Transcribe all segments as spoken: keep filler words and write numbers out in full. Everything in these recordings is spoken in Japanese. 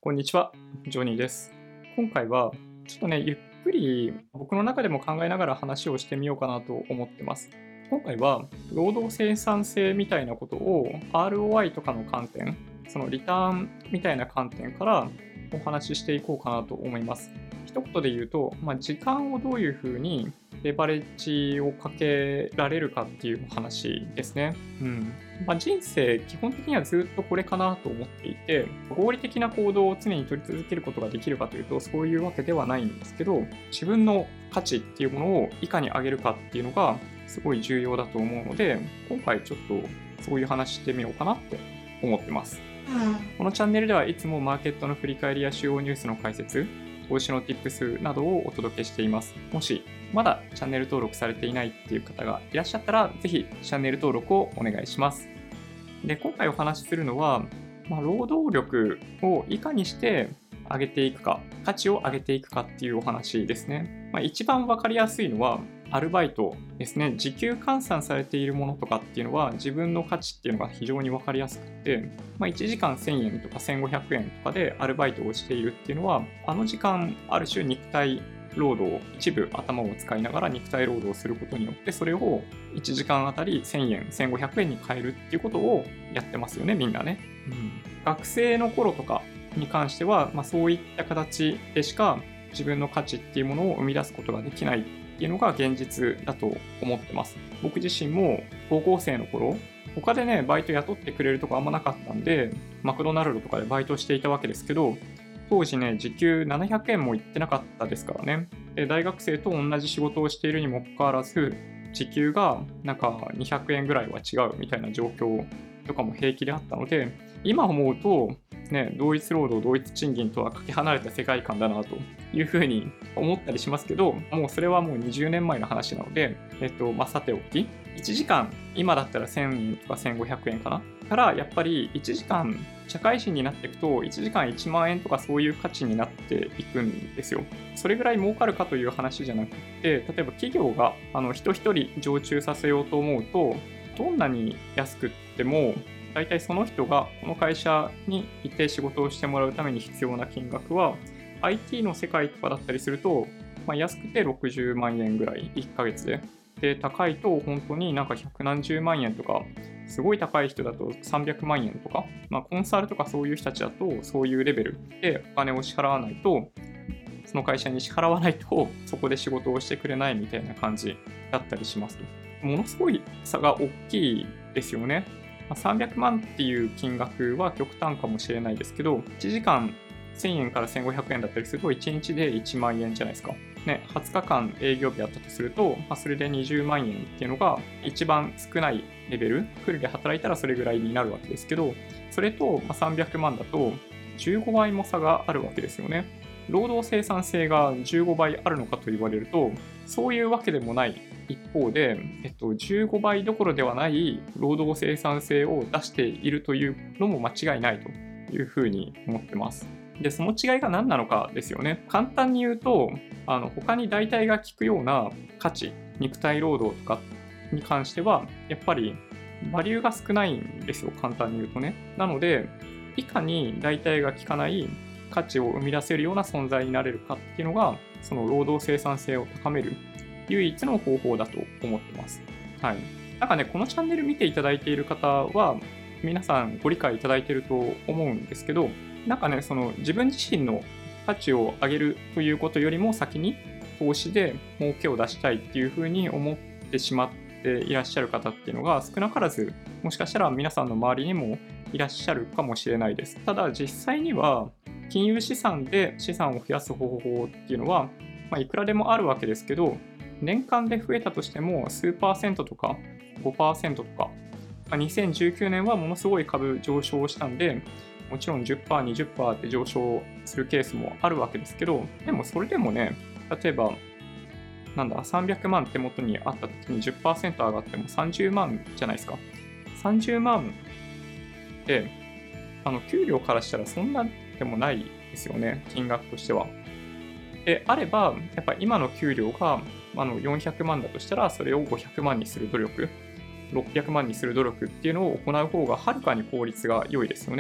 こんにちは、ジョニーです。今回はちょっとね、ゆっくり僕の中でも考えながら話をしてみようかなと思ってます。今回は労働生産性みたいなことを アールオーアイ とかの観点、そのリターンみたいな観点からお話ししていこうかなと思います。一言で言うと、まあ、時間をどういうふうにレバレッジをかけられるかっていう話ですね。うんまあ、人生、基本的にはずっとこれかなと思っていて、合理的な行動を常に取り続けることができるかというと、そういうわけではないんですけど、自分の価値っていうものをいかに上げるかっていうのがすごい重要だと思うので、今回ちょっとそういう話してみようかなって思ってます。このチャンネルではいつもマーケットの振り返りや主要ニュースの解説、投資の Tips などをお届けしています。もしまだチャンネル登録されていないっていう方がいらっしゃったら、ぜひチャンネル登録をお願いします。で、今回お話しするのは、まあ、労働力をいかにして上げていくか、価値を上げていくかっていうお話ですね。まあ、一番わかりやすいのは、アルバイトですね。時給換算されているものとかっていうのは、自分の価値っていうのが非常にわかりやすくて、まあ、いちじかんせんえんとかせんごひゃくえんとかでアルバイトをしているっていうのは、あの時間、ある種肉体労働、一部頭を使いながら肉体労働をすることによって、それをいちじかんあたりせんえん、せんごひゃくえんに変えるっていうことをやってますよね、みんなね。うん、学生の頃とかに関しては、まあ、そういった形でしか自分の価値っていうものを生み出すことができないっていうのが現実だと思ってます。僕自身も高校生の頃、他でね、バイト雇ってくれるとこあんまなかったんで、マクドナルドとかでバイトしていたわけですけど、当時ね、時給ななひゃくえんもいってなかったですからね。で、大学生と同じ仕事をしているにもかかわらず、時給がなんかにひゃくえんぐらいは違うみたいな状況とかも平気であったので、今思うと、ね、同一労働、同一賃金とはかけ離れた世界観だなというふうに思ったりしますけど、もうそれはもうにじゅうねんまえの話なので、えっと、まあ、さておき、いちじかん、今だったらせんえんとかせんごひゃくえんかなから、やっぱりいちじかん、社会人になっていくと、いちじかんいちまんえんとかそういう価値になっていくんですよ。それぐらい儲かるかという話じゃなくて、例えば企業があの人一人常駐させようと思うと、どんなに安くっても、大体その人がこの会社に一定仕事をしてもらうために必要な金額は、アイティー の世界とかだったりすると、まあ、安くてろくじゅうまんえんぐらい、いっかげつで。で、高いと本当になんか百何十万円とか、すごい高い人だとさんびゃくまんえんとか、まあ、コンサルとかそういう人たちだと、そういうレベルでお金を支払わないと、その会社に支払わないと、そこで仕事をしてくれないみたいな感じだったりしますと。ものすごい差が大きいですよね。さんびゃくまんっていう金額は極端かもしれないですけど、いちじかんせんえんからせんごひゃくえんだったりすると、いちにちでいちまんえんじゃないですか。ね、はつかかん営業日あったとすると、まあ、それでにじゅうまんえんっていうのが一番少ないレベル、フルで働いたらそれぐらいになるわけですけど、それとさんびゃくまんだとじゅうごばいも差があるわけですよね。労働生産性がじゅうごばいあるのかと言われると、そういうわけでもない一方で、えっと、じゅうごばいどころではない労働生産性を出しているというのも間違いないというふうに思ってます。で、その違いが何なのかですよね。簡単に言うと、あの他に代替が効くような価値、肉体労働とかに関しては、やっぱりバリューが少ないんですよ、簡単に言うとね。なので、いかに代替が効かない価値を生み出せるような存在になれるかっていうのが、その労働生産性を高める唯一の方法だと思ってます。はい。なんかね、このチャンネル見ていただいている方は、皆さんご理解いただいていると思うんですけど、なんかね、その自分自身の価値を上げるということよりも先に投資で儲けを出したいっていうふうに思ってしまっていらっしゃる方っていうのが少なからず、もしかしたら皆さんの周りにもいらっしゃるかもしれないです。ただ実際には金融資産で資産を増やす方法っていうのは、まあ、いくらでもあるわけですけど、年間で増えたとしても数パーセントとかごパーセントとか、まあ、にせんじゅうきゅうねんはものすごい株上昇したんで、もちろん じゅっパーセント、にじゅっパーセント って上昇するケースもあるわけですけど、でもそれでもね、例えば、なんだ、さんびゃくまん手元にあった時に じゅっパーセント 上がってもさんじゅうまんじゃないですか。さんじゅうまんって、あの、給料からしたらそんなでもないですよね、金額としては。であれば、やっぱ今の給料があのよんひゃくまんだとしたら、それをごひゃくまんにする努力、ろっぴゃくまんにする努力っていうのを行う方がはるかに効率が良いですよね。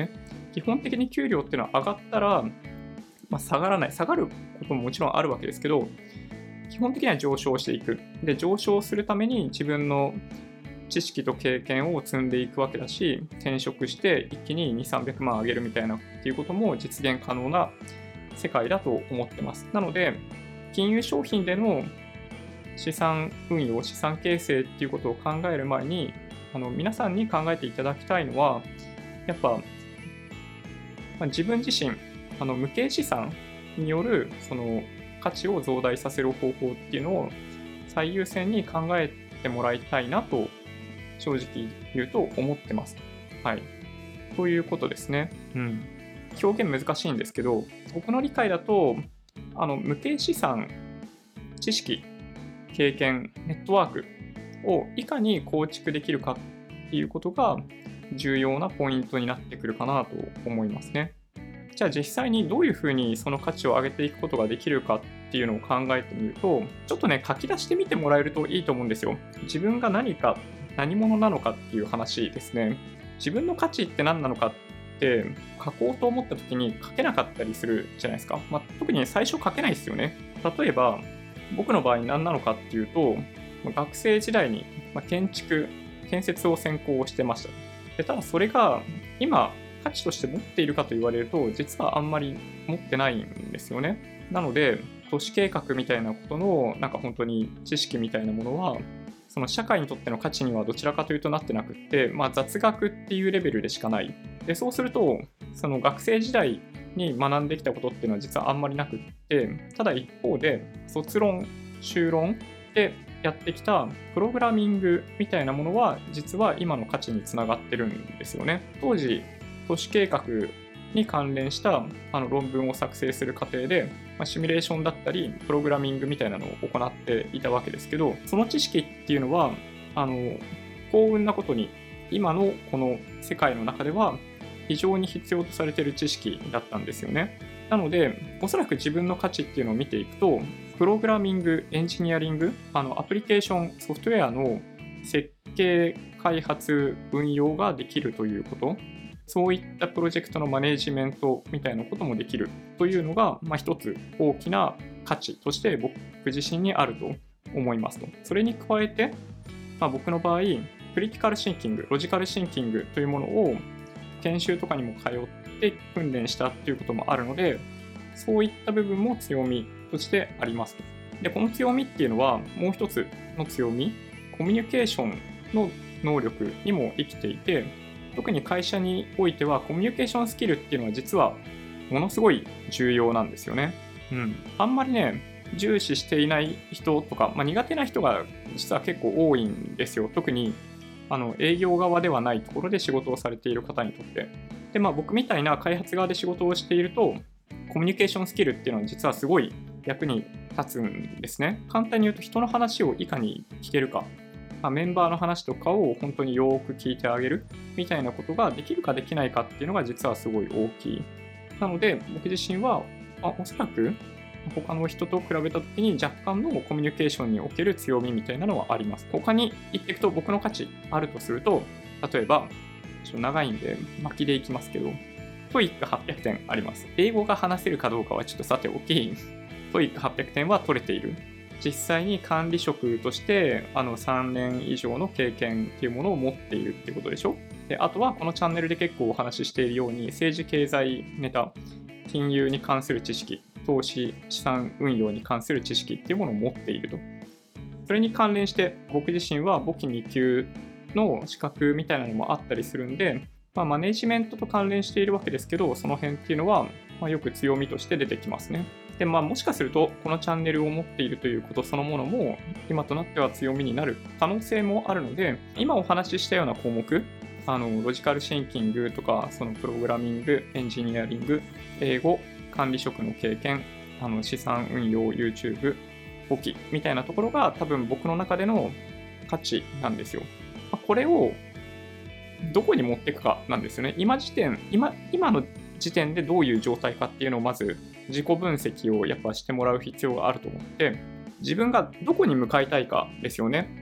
基本的に給料っていうのは上がったら、まあ、下がらない。下がることももちろんあるわけですけど、基本的には上昇していく。で、上昇するために自分の知識と経験を積んでいくわけだし、転職して一気にに、さんびゃくまん上げるみたいなっていうことも実現可能な世界だと思ってます。なので、金融商品での資産運用、資産形成っていうことを考える前に、あの皆さんに考えていただきたいのは、やっぱ、まあ、自分自身、あの無形資産によるその価値を増大させる方法っていうのを最優先に考えてもらいたいなと正直言うと思ってます。はい。ということですね。うん。表現難しいんですけど、僕の理解だと、あの無形資産、知識、経験、ネットワークをいかに構築できるかっていうことが重要なポイントになってくるかなと思いますね。じゃあ実際にどういうふうにその価値を上げていくことができるかっていうのを考えてみると、ちょっとね、書き出してみてもらえるといいと思うんですよ。自分が何か、何者なのかっていう話ですね。自分の価値って何なのかって書こうと思った時に書けなかったりするじゃないですか。まあ、特に最初書けないですよね。例えば、僕の場合何なのかっていうと、学生時代に建築、建設を専攻してました。でただそれが今価値として持っているかと言われると、実はあんまり持ってないんですよね。なので、都市計画みたいなことのなんか本当に知識みたいなものは、その社会にとっての価値にはどちらかというとなってなくって、まあ、雑学っていうレベルでしかない。でそうすると、その学生時代に学んできたことっていうのは実はあんまりなくって、ただ一方で、卒論、修論でやってきたプログラミングみたいなものは、実は今の価値につながってるんですよね。当時、都市計画に関連したあの論文を作成する過程で、まあ、シミュレーションだったり、プログラミングみたいなのを行っていたわけですけど、その知識っていうのは、あの幸運なことに、今のこの世界の中では、非常に必要とされている知識だったんですよね。なので、おそらく自分の価値っていうのを見ていくと、プログラミング、エンジニアリング、あのアプリケーション、ソフトウェアの設計、開発、運用ができるということ、そういったプロジェクトのマネジメントみたいなこともできるというのが、まあ、一つ大きな価値として僕自身にあると思いますと。それに加えて、まあ、僕の場合、クリティカルシンキング、ロジカルシンキングというものを研修とかにも通って訓練したということもあるので、そういった部分も強みとしてありますと。で、この強みっていうのは、もう一つの強み、コミュニケーションの能力にも生きていて、特に会社においてはコミュニケーションスキルっていうのは実はものすごい重要なんですよね。うん。あんまりね、重視していない人とか、まあ、苦手な人が実は結構多いんですよ。特にあの営業側ではないところで仕事をされている方にとって。で、まあ僕みたいな開発側で仕事をしていると、コミュニケーションスキルっていうのは実はすごい役に立つんですね。簡単に言うと人の話をいかに聞けるか。メンバーの話とかを本当によく聞いてあげるみたいなことができるかできないかっていうのが実はすごい大きい。なので僕自身は、まあ、おそらく他の人と比べたときに若干のコミュニケーションにおける強みみたいなのはあります。他に言っていくと僕の価値あるとすると、例えば、ちょっと長いんで巻きでいきますけど、トイックはっぴゃくてんあります。英語が話せるかどうかはちょっとさておき、トイックはっぴゃくてんは取れている。実際に管理職としてあのさんねん以上の経験っていうものを持っているっていうことでしょ。で、あとはこのチャンネルで結構お話ししているように政治経済ネタ、金融に関する知識、投資、資産運用に関する知識っていうものを持っていると。それに関連して僕自身は簿記に級の資格みたいなのもあったりするんで、まあ、マネジメントと関連しているわけですけど、その辺っていうのは、まあ、よく強みとして出てきますね。で、まあ、もしかすると、このチャンネルを持っているということそのものも、今となっては強みになる可能性もあるので、今お話ししたような項目、あのロジカルシンキングとか、そのプログラミング、エンジニアリング、英語、管理職の経験、あの資産運用、YouTube、簿記みたいなところが多分僕の中での価値なんですよ。これをどこに持っていくかなんですよね。今時点、今、今の時点でどういう状態かっていうのをまず自己分析をやっぱしてもらう必要があると思って、自分がどこに向かいたいかですよね。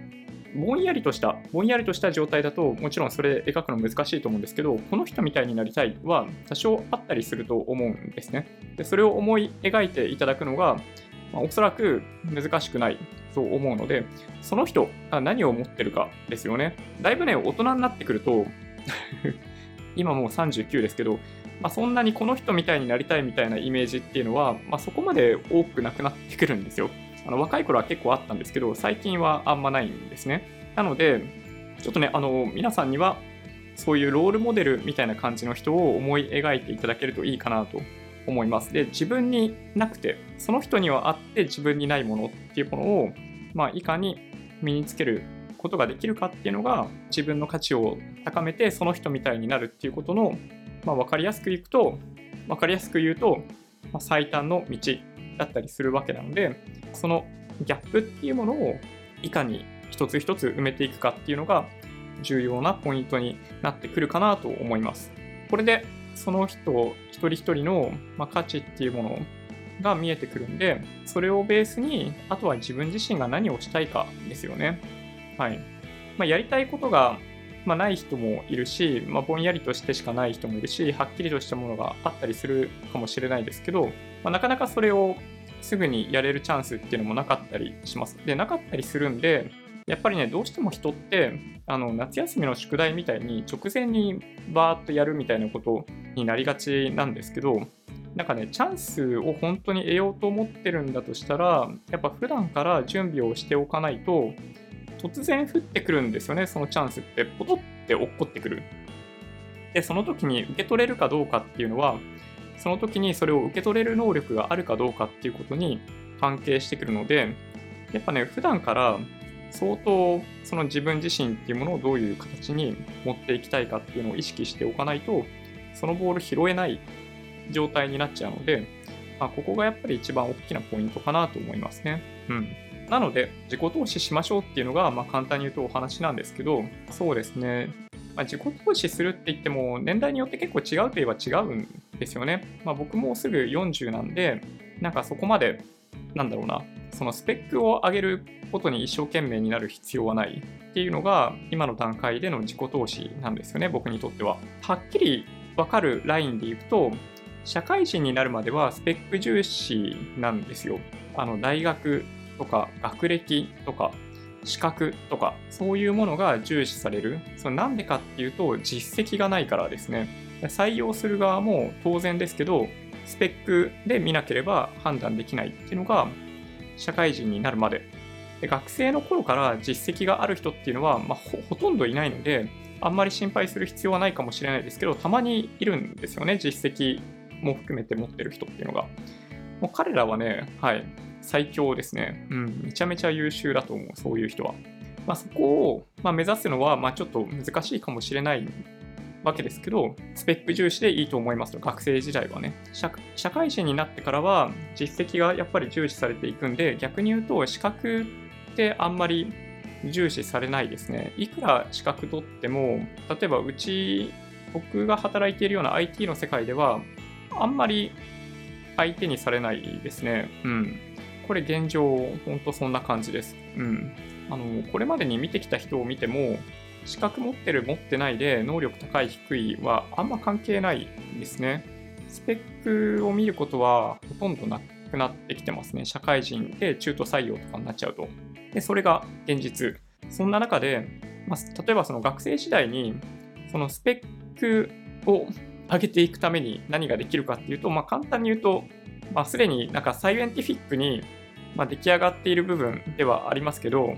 ぼんやりとした、ぼんやりとした状態だと、もちろんそれ描くの難しいと思うんですけど、この人みたいになりたいは多少あったりすると思うんですね。で、それを思い描いていただくのが、まあ、おそらく難しくないと思うので、その人が何を持ってるかですよね。だいぶね、大人になってくると、今もうさんじゅうきゅうですけど、まあ、そんなにこの人みたいになりたいみたいなイメージっていうのは、まあ、そこまで多くなくなってくるんですよ。あの若い頃は結構あったんですけど、最近はあんまないんですね。なので、ちょっとね、あの皆さんにはそういうロールモデルみたいな感じの人を思い描いていただけるといいかなと思います。で、自分になくて、その人にはあって自分にないものっていうものを、まあ、いかに身につけることができるかっていうのが、自分の価値を高めてその人みたいになるっていうことの、まあ、分かりやすくいくと、分かりやすく言うと、まあ、最短の道だったりするわけなので、そのギャップっていうものをいかに一つ一つ埋めていくかっていうのが重要なポイントになってくるかなと思います。これでその人一人一人の、まあ、価値っていうものが見えてくるんで、それをベースに、あとは自分自身が何をしたいかですよね。はい。まあ、やりたいことが、まあ、ない人もいるし、まあ、ぼんやりとしてしかない人もいるし、はっきりとしたものがあったりするかもしれないですけど、まあ、なかなかそれをすぐにやれるチャンスっていうのもなかったりします。で、なかったりするんで、やっぱりね、どうしても人って、あの夏休みの宿題みたいに直前にバーッとやるみたいなことになりがちなんですけど、なんかね、チャンスを本当に得ようと思ってるんだとしたら、やっぱ普段から準備をしておかないと、突然降ってくるんですよね、そのチャンスって。ポトって落っこってくる。で、その時に受け取れるかどうかっていうのは、その時にそれを受け取れる能力があるかどうかっていうことに関係してくるので、やっぱね、普段から相当その自分自身っていうものをどういう形に持っていきたいかっていうのを意識しておかないと、そのボール拾えない状態になっちゃうので、まあ、ここがやっぱり一番大きなポイントかなと思いますね。うん。なので、自己投資しましょうっていうのが、まあ、簡単に言うとお話なんですけど、そうですね。まあ、自己投資するって言っても、年代によって結構違うといえば違うんですよね。まあ、僕もすぐよんじゅうなんで、なんかそこまで、なんだろうな、そのスペックを上げることに一生懸命になる必要はないっていうのが、今の段階での自己投資なんですよね、僕にとっては。はっきりわかるラインでいくと、社会人になるまではスペック重視なんですよ。あの大学とか学歴とか資格とかそういうものが重視される。そのなんでかっていうと実績がないからですね。採用する側も当然ですけど、スペックで見なければ判断できないっていうのが社会人になるまで。で学生の頃から実績がある人っていうのは、まあ、ほ, ほとんどいないので、あんまり心配する必要はないかもしれないですけど、たまにいるんですよね、実績も含めて持ってる人っていうのが。もう彼らはね、はい、最強ですね。うん、めちゃめちゃ優秀だと思う、そういう人は。まあ、そこを、まあ、目指すのは、まあ、ちょっと難しいかもしれないわけですけど、スペック重視でいいと思いますと、学生時代はね。社、社会人になってからは、実績がやっぱり重視されていくんで、逆に言うと、資格ってあんまり重視されないですね。いくら資格取っても、例えばうち、僕が働いているような アイティー の世界では、あんまり相手にされないですね。うん。これ現状、ほんとそんな感じです。うん。あの、これまでに見てきた人を見ても、資格持ってる持ってないで能力高い低いはあんま関係ないですね。スペックを見ることはほとんどなくなってきてますね。社会人で中途採用とかになっちゃうと。で、それが現実。そんな中で、まあ、例えばその学生時代にそのスペックを上げていくために何ができるかっていうと、まあ、簡単に言うと、まあ、すでになんかサイエンティフィックにまあ出来上がっている部分ではありますけど、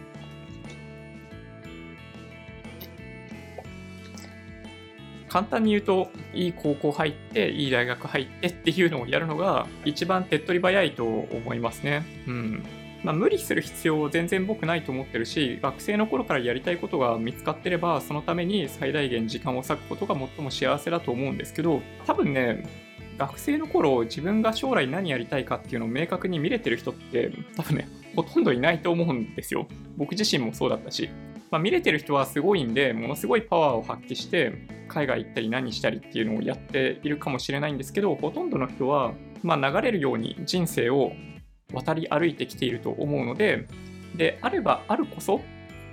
簡単に言うと、いい高校入って、いい大学入ってっていうのをやるのが一番手っ取り早いと思いますね。うん。まあ、無理する必要全然僕ないと思ってるし、学生の頃からやりたいことが見つかってれば、そのために最大限時間を割くことが最も幸せだと思うんですけど、多分ね、学生の頃自分が将来何やりたいかっていうのを明確に見れてる人って多分ね、ほとんどいないと思うんですよ。僕自身もそうだったし。まあ、見れてる人はすごいんで、ものすごいパワーを発揮して、海外行ったり何したりっていうのをやっているかもしれないんですけど、ほとんどの人は、まあ、流れるように人生を渡り歩いてきていると思うので、であればあるこそ、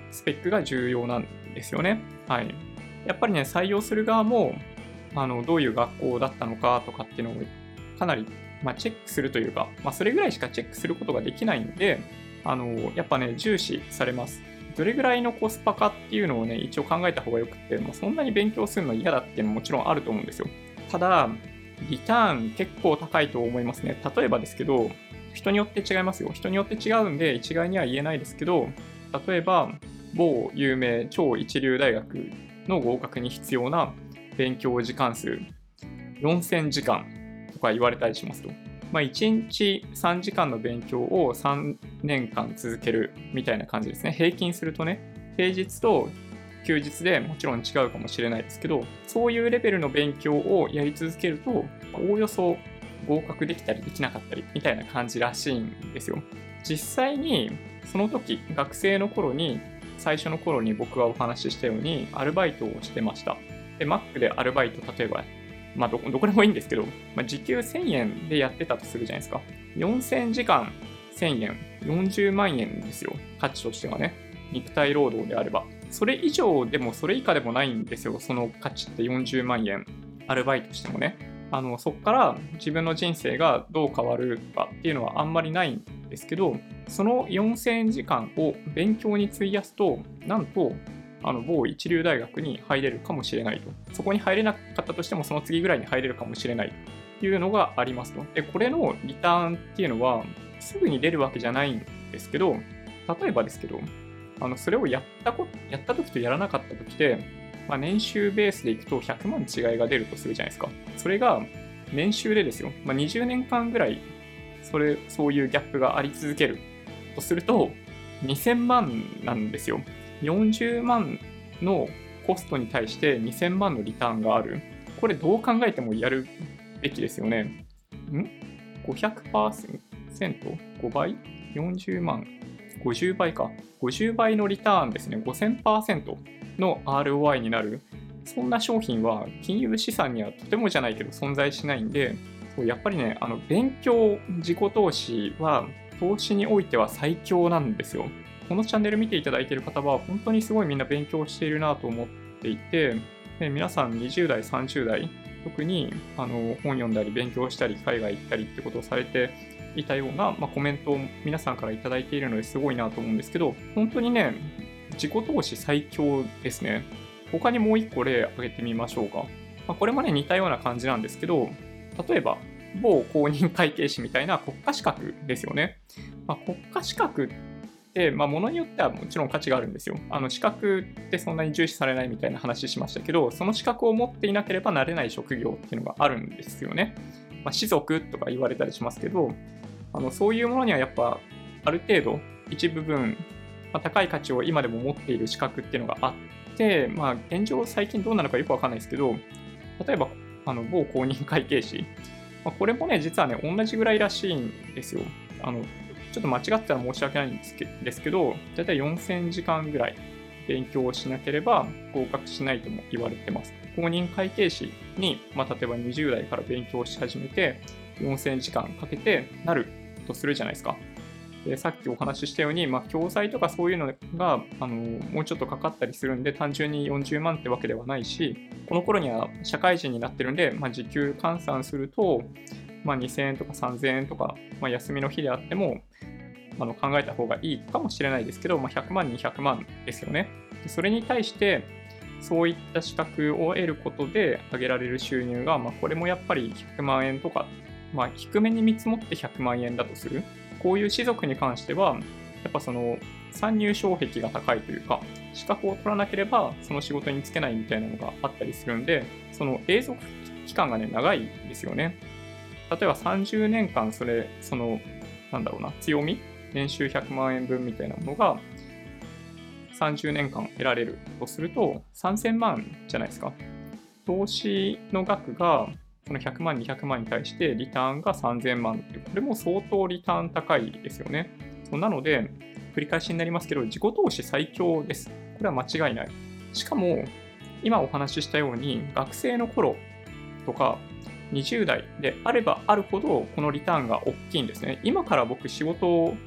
スペックが重要なんですよね。はい。やっぱりね、採用する側も、あの、どういう学校だったのかとかっていうのをかなり、まあ、チェックするというか、まあ、それぐらいしかチェックすることができないんで、あの、やっぱね、重視されます。どれぐらいのコスパかっていうのをね、一応考えた方がよくて、まあ、そんなに勉強するの嫌だっていうのももちろんあると思うんですよ。ただ、リターン結構高いと思いますね。例えばですけど、人によって違いますよ。人によって違うんで、一概には言えないですけど、例えば、某有名超一流大学の合格に必要な勉強時間数、よんせんじかんとか言われたりしますと。まあ、いちにちさんじかんの勉強をさんねんかん続けるみたいな感じですね。平均するとね、平日と休日でもちろん違うかもしれないですけど、そういうレベルの勉強をやり続けると、おおよそ合格できたりできなかったりみたいな感じらしいんですよ。実際にその時、学生の頃に、最初の頃に僕はお話ししたように、アルバイトをしてました。で、Mac でアルバイト、例えば、まあど、どこでもいいんですけど、まあ、時給せんえんでやってたとするじゃないですか。よんせんじかんせんえん、よんじゅうまんえんですよ。価値としてはね。肉体労働であれば。それ以上でもそれ以下でもないんですよ。その価値ってよんじゅうまんえん。アルバイトしてもね。あの、そこから自分の人生がどう変わるとかっていうのはあんまりないんですけど、そのよんせんじかんを勉強に費やすと、なんと、あの某一流大学に入れるかもしれないと。そこに入れなかったとしても、その次ぐらいに入れるかもしれないというのがありますと。で、これのリターンっていうのは、すぐに出るわけじゃないんですけど、例えばですけど、あのそれをやったこやった時とやらなかった時で、まあ、年収ベースでいくとひゃくまん違いが出るとするじゃないですか。それが年収でですよ。まあ、にじゅうねんかんぐらい、それ、そういうギャップがあり続けるとすると、にせんまんなんですよ。よんじゅうまんのコストに対してにせんまんのリターンがある。これどう考えてもやるべきですよね。ん ?ごひゃくパーセント? ご 倍 ?よんじゅうまん。ごじゅうばいか。ごじゅうばいのリターンですね。ごせんパーセント の アールオーアイ になる。そんな商品は金融資産にはとてもじゃないけど存在しないんで、そうやっぱりね、あの勉強、自己投資は投資においては最強なんですよ。このチャンネル見ていただいている方は本当にすごいみんな勉強しているなと思っていて、で皆さんにじゅう代、さんじゅう代、特にあの本読んだり勉強したり海外行ったりってことをされていたような、まあ、コメントを皆さんからいただいているのですごいなと思うんですけど、本当にね、自己投資最強ですね。他にもう一個例挙げてみましょうか。まあ、これもね、似たような感じなんですけど、例えば、某公認会計士みたいな国家資格ですよね。まあ、国家資格って、まあ、ものによってはもちろん価値があるんですよ。あの資格ってそんなに重視されないみたいな話しましたけど、その資格を持っていなければなれない職業っていうのがあるんですよね。まあ、士族とか言われたりしますけど、あのそういうものにはやっぱある程度一部分、まあ、高い価値を今でも持っている資格っていうのがあって、まあ、現状最近どうなのかよくわかんないですけど、例えばあの某公認会計士、まあ、これもね、実はね、同じぐらいらしいんですよ。あのちょっと間違ってたら申し訳ないんですけですけど、だいたいよんせんじかんぐらい勉強をしなければ合格しないとも言われてます。公認会計士に、まあ、例えばにじゅう代から勉強し始めて、よんせんじかんかけてなるとするじゃないですか。でさっきお話ししたように、まあ、教材とかそういうのがあのもうちょっとかかったりするんで、単純によんじゅうまんってわけではないし、この頃には社会人になってるんで、まあ、時給換算すると、まあ、にせんえんとかさんぜんえんとか、まあ、休みの日であってもあの考えた方がいいかもしれないですけど、まあ、ひゃくまん、にひゃくまんですよね。でそれに対して、そういった資格を得ることで上げられる収入が、まあ、これもやっぱりひゃくまんえんとか、まあ、低めに見積もってひゃくまんえんだとする。こういう士族に関しては、やっぱその参入障壁が高いというか、資格を取らなければその仕事に就けないみたいなのがあったりするんで、その永続期間がね、長いですよね。例えばさんじゅうねんかん、それ、その、なんだろうな、強み、年収ひゃくまんえん分みたいなものがさんじゅうねんかん得られるとすると、さんぜんまんじゃないですか。投資の額が、そのひゃくまん、にひゃくまんに対してリターンがさんぜんまんっていう、これも相当リターン高いですよね。そうなので、繰り返しになりますけど、自己投資最強です。これは間違いない。しかも、今お話ししたように、学生の頃とか、にじゅう代であればあるほど、このリターンが大きいんですね。今から僕仕事を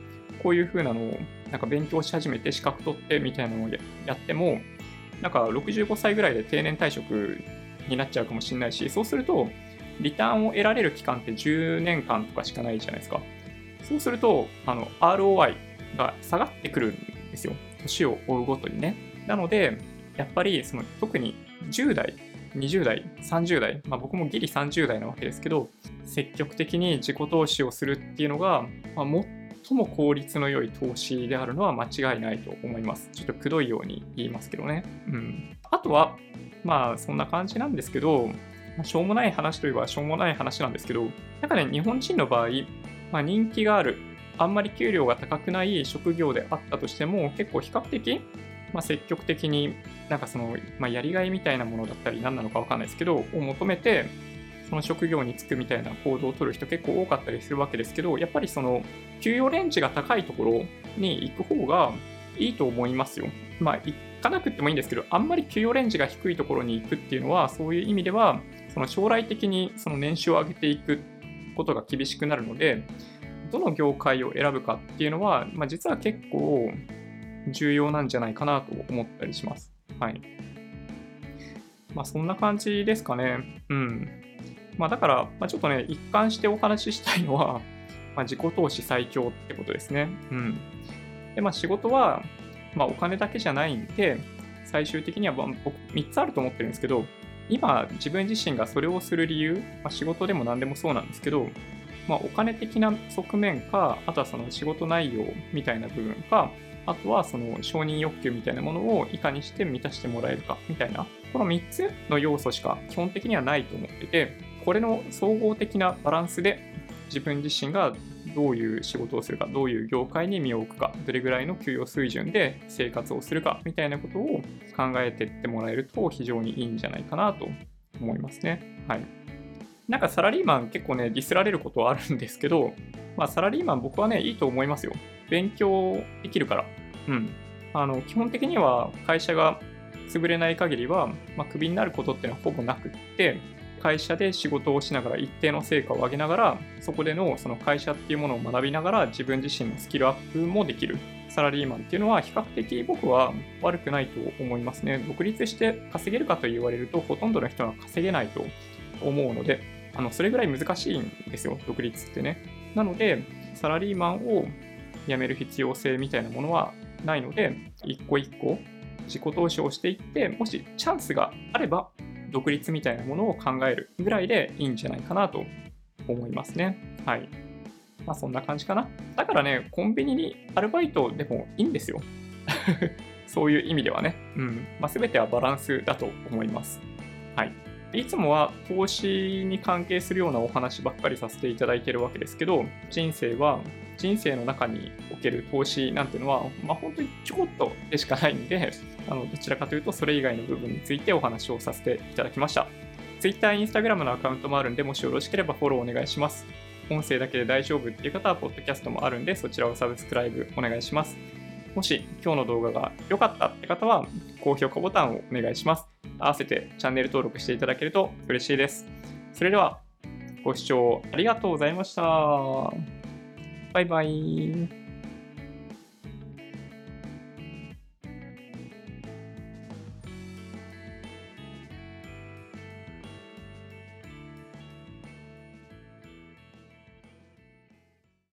こういう風なのをなんか勉強し始めて資格取ってみたいなのをややっても、なんかろくじゅうごさいぐらいで定年退職になっちゃうかもしれないし、そうすると、リターンを得られる期間ってじゅうねんかんとかしかないじゃないですか。そうすると、あの、アールオーアイ が下がってくるんですよ。年を追うごとにね。なので、やっぱりその特にじゅう代、にじゅう代、さんじゅう代、まあ僕もギリさんじゅう代なわけですけど、積極的に自己投資をするっていうのが、まあ、最も効率の良い投資であるのは間違いないと思います。ちょっとくどいように言いますけどね。うん。あとは、まあそんな感じなんですけど、まあ、しょうもない話といえばしょうもない話なんですけど、なんかね、日本人の場合、まあ、人気がある、あんまり給料が高くない職業であったとしても、結構比較的、まあ、積極的になんかその、まあ、やりがいみたいなものだったり何なのかわかんないですけど、を求めて、その職業に就くみたいな行動を取る人結構多かったりするわけですけど、やっぱりその給与レンジが高いところに行く方がいいと思いますよ。まあ、行かなくてもいいんですけど、あんまり給与レンジが低いところに行くっていうのは、そういう意味では、その将来的にその年収を上げていくことが厳しくなるので、どの業界を選ぶかっていうのは、まあ、実は結構重要なんじゃないかなと思ったりします。はい。まあそんな感じですかね。うん。まあだから、まあ、ちょっとね、一貫してお話ししたいのは、まあ、自己投資最強ってことですね。うん。で、まあ仕事は、まあお金だけじゃないんで、最終的には僕みっつあると思ってるんですけど、今自分自身がそれをする理由、まあ、仕事でも何でもそうなんですけど、まあ、お金的な側面か、あとはその仕事内容みたいな部分か、あとはその承認欲求みたいなものをいかにして満たしてもらえるかみたいな、このみっつの要素しか基本的にはないと思ってて、これの総合的なバランスで自分自身がどういう仕事をするか、どういう業界に身を置くか、どれぐらいの給与水準で生活をするかみたいなことを考えていってもらえると非常にいいんじゃないかなと思いますね。はい。なんかサラリーマン結構ね、ディスられることはあるんですけど、まあサラリーマン僕はね、いいと思いますよ。勉強できるから。うん。あの、基本的には会社が潰れない限りは、まあ、クビになることっていうのはほぼなくって、会社で仕事をしながら一定の成果を上げながら、そこでのその会社っていうものを学びながら自分自身のスキルアップもできるサラリーマンっていうのは比較的僕は悪くないと思いますね。独立して稼げるかと言われるとほとんどの人は稼げないと思うので、あのそれぐらい難しいんですよ、独立ってね。なので、サラリーマンを辞める必要性みたいなものはないので、一個一個自己投資をしていって、もしチャンスがあれば、独立みたいなものを考えるぐらいでいいんじゃないかなと思いますね。はい。まあそんな感じかな。だからね、コンビニにアルバイトでもいいんですよ。そういう意味ではね。うん。まあ全てはバランスだと思います。はい。いつもは投資に関係するようなお話ばっかりさせていただいているわけですけど、人生は、人生の中における投資なんていうのは、まあ、本当にちょこっとでしかないんで、あのどちらかというとそれ以外の部分についてお話をさせていただきました。Twitter、Instagram のアカウントもあるんで、もしよろしければフォローお願いします。音声だけで大丈夫っていう方は、ポッドキャストもあるんで、そちらをサブスクライブお願いします。もし今日の動画が良かったって方は、高評価ボタンをお願いします。合わせてチャンネル登録していただけると嬉しいです。それでは、ご視聴ありがとうございました。バイバイ。